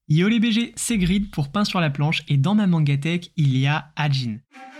Yo les BG, c'est Grid pour Pain sur la planche et dans ma mangatech, il y a Ajin.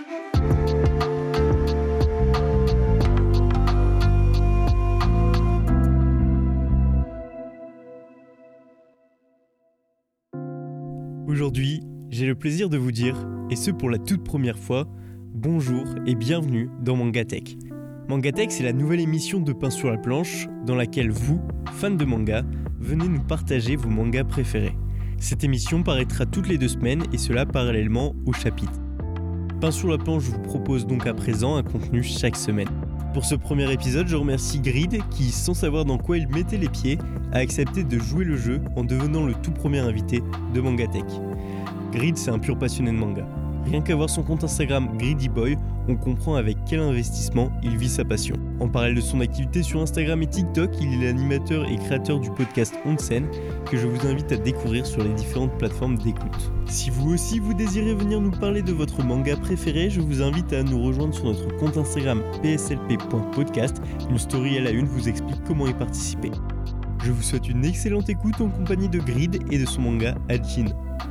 Aujourd'hui, j'ai le plaisir de vous dire, et ce pour la toute première fois, bonjour et bienvenue dans Mangatech. Mangatech, c'est la nouvelle émission de Pain sur la planche dans laquelle vous, fans de manga, venez nous partager vos mangas préférés. Cette émission paraîtra toutes les 2 semaines et cela parallèlement au chapitre. Pain sur la planche vous propose donc à présent un contenu chaque semaine. Pour ce premier épisode, je remercie Grid qui, sans savoir dans quoi il mettait les pieds, a accepté de jouer le jeu en devenant le tout premier invité de Mangatech. Grid, c'est un pur passionné de manga. Rien qu'à voir son compte Instagram GridyBoy, on comprend avec quel investissement il vit sa passion. En parallèle de son activité sur Instagram et TikTok, il est l'animateur et créateur du podcast Onsen, que je vous invite à découvrir sur les différentes plateformes d'écoute. Si vous aussi vous désirez venir nous parler de votre manga préféré, je vous invite à nous rejoindre sur notre compte Instagram pslp.podcast. Une story à la une vous explique comment y participer. Je vous souhaite une excellente écoute en compagnie de Grid et de son manga Ajin.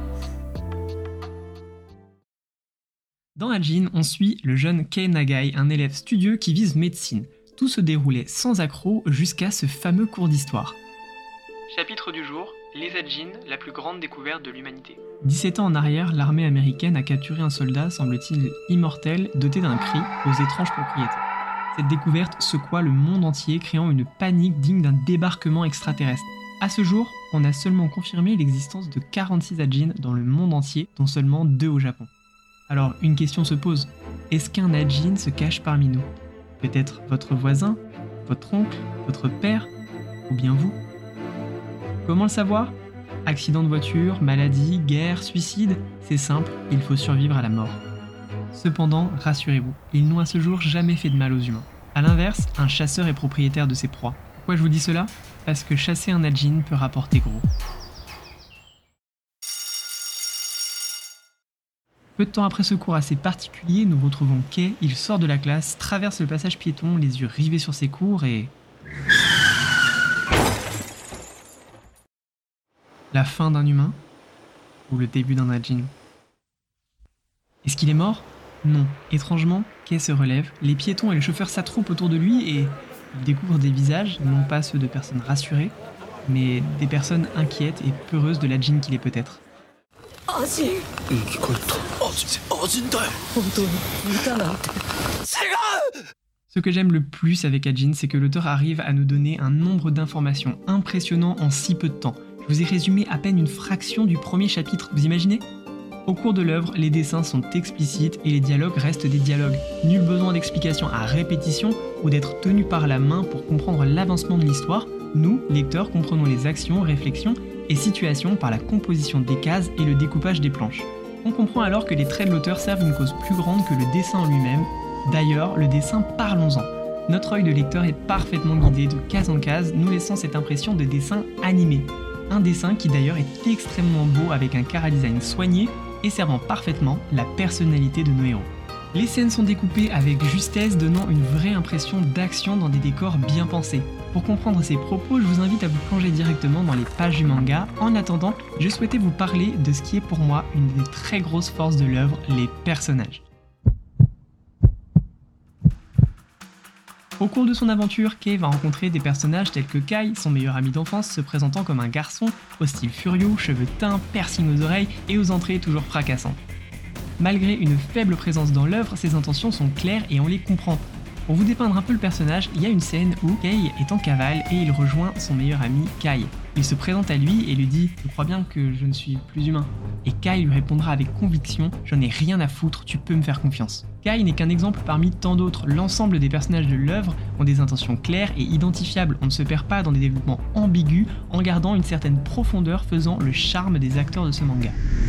Dans Ajin, on suit le jeune Kei Nagai, un élève studieux qui vise médecine. Tout se déroulait sans accroc jusqu'à ce fameux cours d'histoire. Chapitre du jour, les Ajin, la plus grande découverte de l'humanité. 17 ans en arrière, l'armée américaine a capturé un soldat, semble-t-il immortel, doté d'un cri aux étranges propriétés. Cette découverte secoua le monde entier, créant une panique digne d'un débarquement extraterrestre. À ce jour, on a seulement confirmé l'existence de 46 Ajin dans le monde entier, dont seulement 2 au Japon. Alors, une question se pose. Est-ce qu'un Ajin se cache parmi nous ? Peut-être votre voisin, votre oncle, votre père, ou bien vous ? Comment le savoir ? Accident de voiture, maladie, guerre, suicide ? C'est simple, il faut survivre à la mort. Cependant, rassurez-vous, ils n'ont à ce jour jamais fait de mal aux humains. A l'inverse, un chasseur est propriétaire de ses proies. Pourquoi je vous dis cela ? Parce que chasser un Ajin peut rapporter gros. Peu de temps après ce cours assez particulier, nous retrouvons Kei, il sort de la classe, traverse le passage piéton, les yeux rivés sur ses cours et... La fin d'un humain ? Ou le début d'un Ajin ? Est-ce qu'il est mort ? Non. Étrangement, Kei se relève, les piétons et le chauffeur s'attroupent autour de lui et il découvre des visages, non pas ceux de personnes rassurées, mais des personnes inquiètes et peureuses de l'Ajin qu'il est peut-être. Ce que j'aime le plus avec Ajin, c'est que l'auteur arrive à nous donner un nombre d'informations impressionnant en si peu de temps. Je vous ai résumé à peine une fraction du premier chapitre, vous imaginez ? Au cours de l'œuvre, les dessins sont explicites et les dialogues restent des dialogues. Nul besoin d'explications à répétition ou d'être tenu par la main pour comprendre l'avancement de l'histoire. Nous, lecteurs, comprenons les actions, réflexions et situations par la composition des cases et le découpage des planches. On comprend alors que les traits de l'auteur servent une cause plus grande que le dessin en lui-même. D'ailleurs, le dessin, parlons-en. Notre œil de lecteur est parfaitement guidé de case en case, nous laissant cette impression de dessin animé. Un dessin qui d'ailleurs est extrêmement beau avec un chara-design soigné et servant parfaitement la personnalité de nos héros. Les scènes sont découpées avec justesse, donnant une vraie impression d'action dans des décors bien pensés. Pour comprendre ces propos, je vous invite à vous plonger directement dans les pages du manga. En attendant, je souhaitais vous parler de ce qui est pour moi une des très grosses forces de l'œuvre, les personnages. Au cours de son aventure, Kei va rencontrer des personnages tels que Kai, son meilleur ami d'enfance, se présentant comme un garçon, au style furieux, cheveux teints, piercing aux oreilles et aux entrées toujours fracassantes. Malgré une faible présence dans l'œuvre, ses intentions sont claires et on les comprend. Pour vous dépeindre un peu le personnage, il y a une scène où Kei est en cavale et il rejoint son meilleur ami Kai. Il se présente à lui et lui dit « Je crois bien que je ne suis plus humain ». Et Kai lui répondra avec conviction « J'en ai rien à foutre, tu peux me faire confiance ». Kai n'est qu'un exemple parmi tant d'autres. L'ensemble des personnages de l'œuvre ont des intentions claires et identifiables. On ne se perd pas dans des développements ambigus en gardant une certaine profondeur faisant le charme des acteurs de ce manga.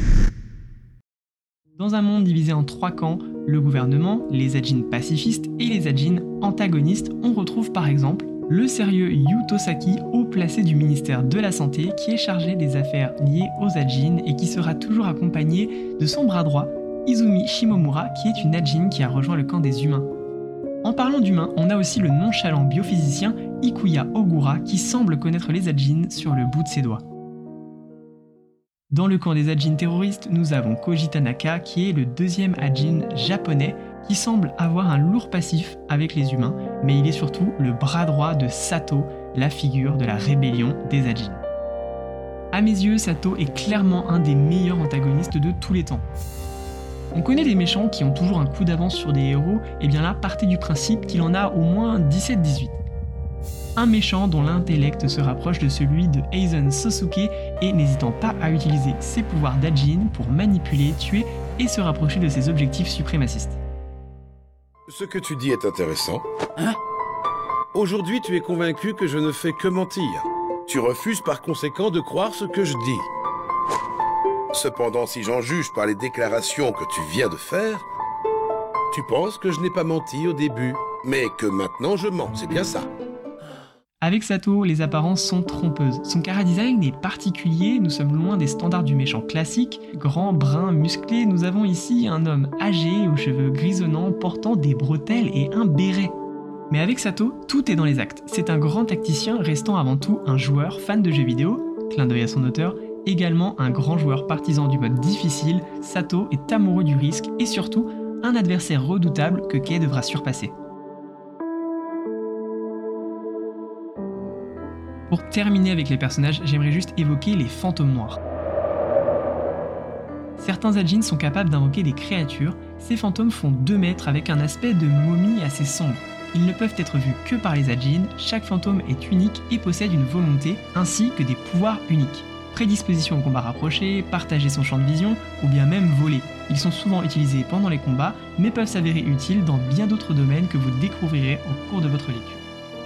Dans un monde divisé en 3 camps, le gouvernement, les Ajin pacifistes et les Ajin antagonistes, on retrouve par exemple le sérieux Yu Tosaki, haut placé du ministère de la Santé, qui est chargé des affaires liées aux Ajin et qui sera toujours accompagné de son bras droit, Izumi Shimomura, qui est une Ajin qui a rejoint le camp des humains. En parlant d'humains, on a aussi le nonchalant biophysicien Ikuya Ogura qui semble connaître les Ajin sur le bout de ses doigts. Dans le camp des Ajin terroristes, nous avons Koji Tanaka qui est le deuxième Ajin japonais qui semble avoir un lourd passif avec les humains, mais il est surtout le bras droit de Sato, la figure de la rébellion des Ajin. A mes yeux, Sato est clairement un des meilleurs antagonistes de tous les temps. On connaît des méchants qui ont toujours un coup d'avance sur des héros, et bien là, partez du principe qu'il en a au moins 17-18. Un méchant dont l'intellect se rapproche de celui de Aizen Sosuke et n'hésitant pas à utiliser ses pouvoirs d'Ajin pour manipuler, tuer et se rapprocher de ses objectifs suprémacistes. Ce que tu dis est intéressant. Hein? Aujourd'hui, tu es convaincu que je ne fais que mentir. Tu refuses par conséquent de croire ce que je dis. Cependant, si j'en juge par les déclarations que tu viens de faire, tu penses que je n'ai pas menti au début, mais que maintenant je mens, c'est bien ça. Avec Sato, les apparences sont trompeuses. Son chara-design est particulier, nous sommes loin des standards du méchant classique. Grand, brun, musclé, nous avons ici un homme âgé, aux cheveux grisonnants, portant des bretelles et un béret. Mais avec Sato, tout est dans les actes. C'est un grand tacticien restant avant tout un joueur fan de jeux vidéo, clin d'œil à son auteur, également un grand joueur partisan du mode difficile, Sato est amoureux du risque et surtout un adversaire redoutable que Kei devra surpasser. Pour terminer avec les personnages, j'aimerais juste évoquer les fantômes noirs. Certains Ajin sont capables d'invoquer des créatures, ces fantômes font 2 mètres avec un aspect de momie assez sombre. Ils ne peuvent être vus que par les Ajin, chaque fantôme est unique et possède une volonté ainsi que des pouvoirs uniques. Prédisposition au combat rapproché, partager son champ de vision ou bien même voler. Ils sont souvent utilisés pendant les combats mais peuvent s'avérer utiles dans bien d'autres domaines que vous découvrirez au cours de votre lecture.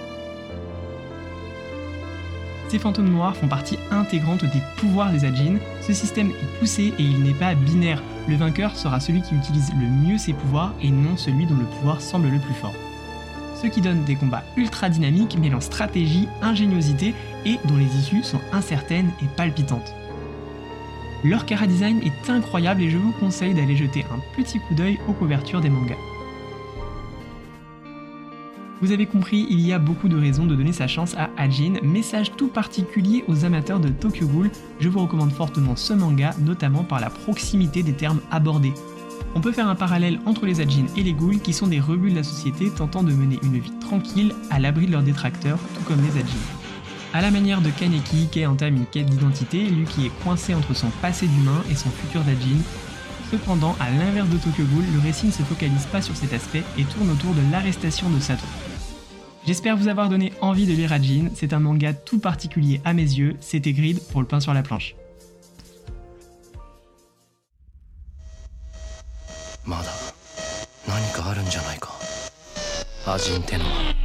Ces fantômes noirs font partie intégrante des pouvoirs des Ajin. Ce système est poussé et il n'est pas binaire. Le vainqueur sera celui qui utilise le mieux ses pouvoirs et non celui dont le pouvoir semble le plus fort. Ce qui donne des combats ultra dynamiques mêlant stratégie, ingéniosité et dont les issues sont incertaines et palpitantes. Leur chara-design est incroyable et je vous conseille d'aller jeter un petit coup d'œil aux couvertures des mangas. Vous avez compris, il y a beaucoup de raisons de donner sa chance à Ajin, message tout particulier aux amateurs de Tokyo Ghoul, je vous recommande fortement ce manga, notamment par la proximité des termes abordés. On peut faire un parallèle entre les Ajin et les ghouls qui sont des rebuts de la société tentant de mener une vie tranquille à l'abri de leurs détracteurs, tout comme les Ajin. À la manière de Kaneki, Kei entame une quête d'identité, lui qui est coincé entre son passé d'humain et son futur d'Ajin. Cependant, à l'inverse de Tokyo Ghoul, le récit ne se focalise pas sur cet aspect et tourne autour de l'arrestation de Sato. J'espère vous avoir donné envie de lire Ajin, c'est un manga tout particulier à mes yeux, c'était Grid pour le pain sur la planche. まだ何かあるんじゃないか。アジンってのは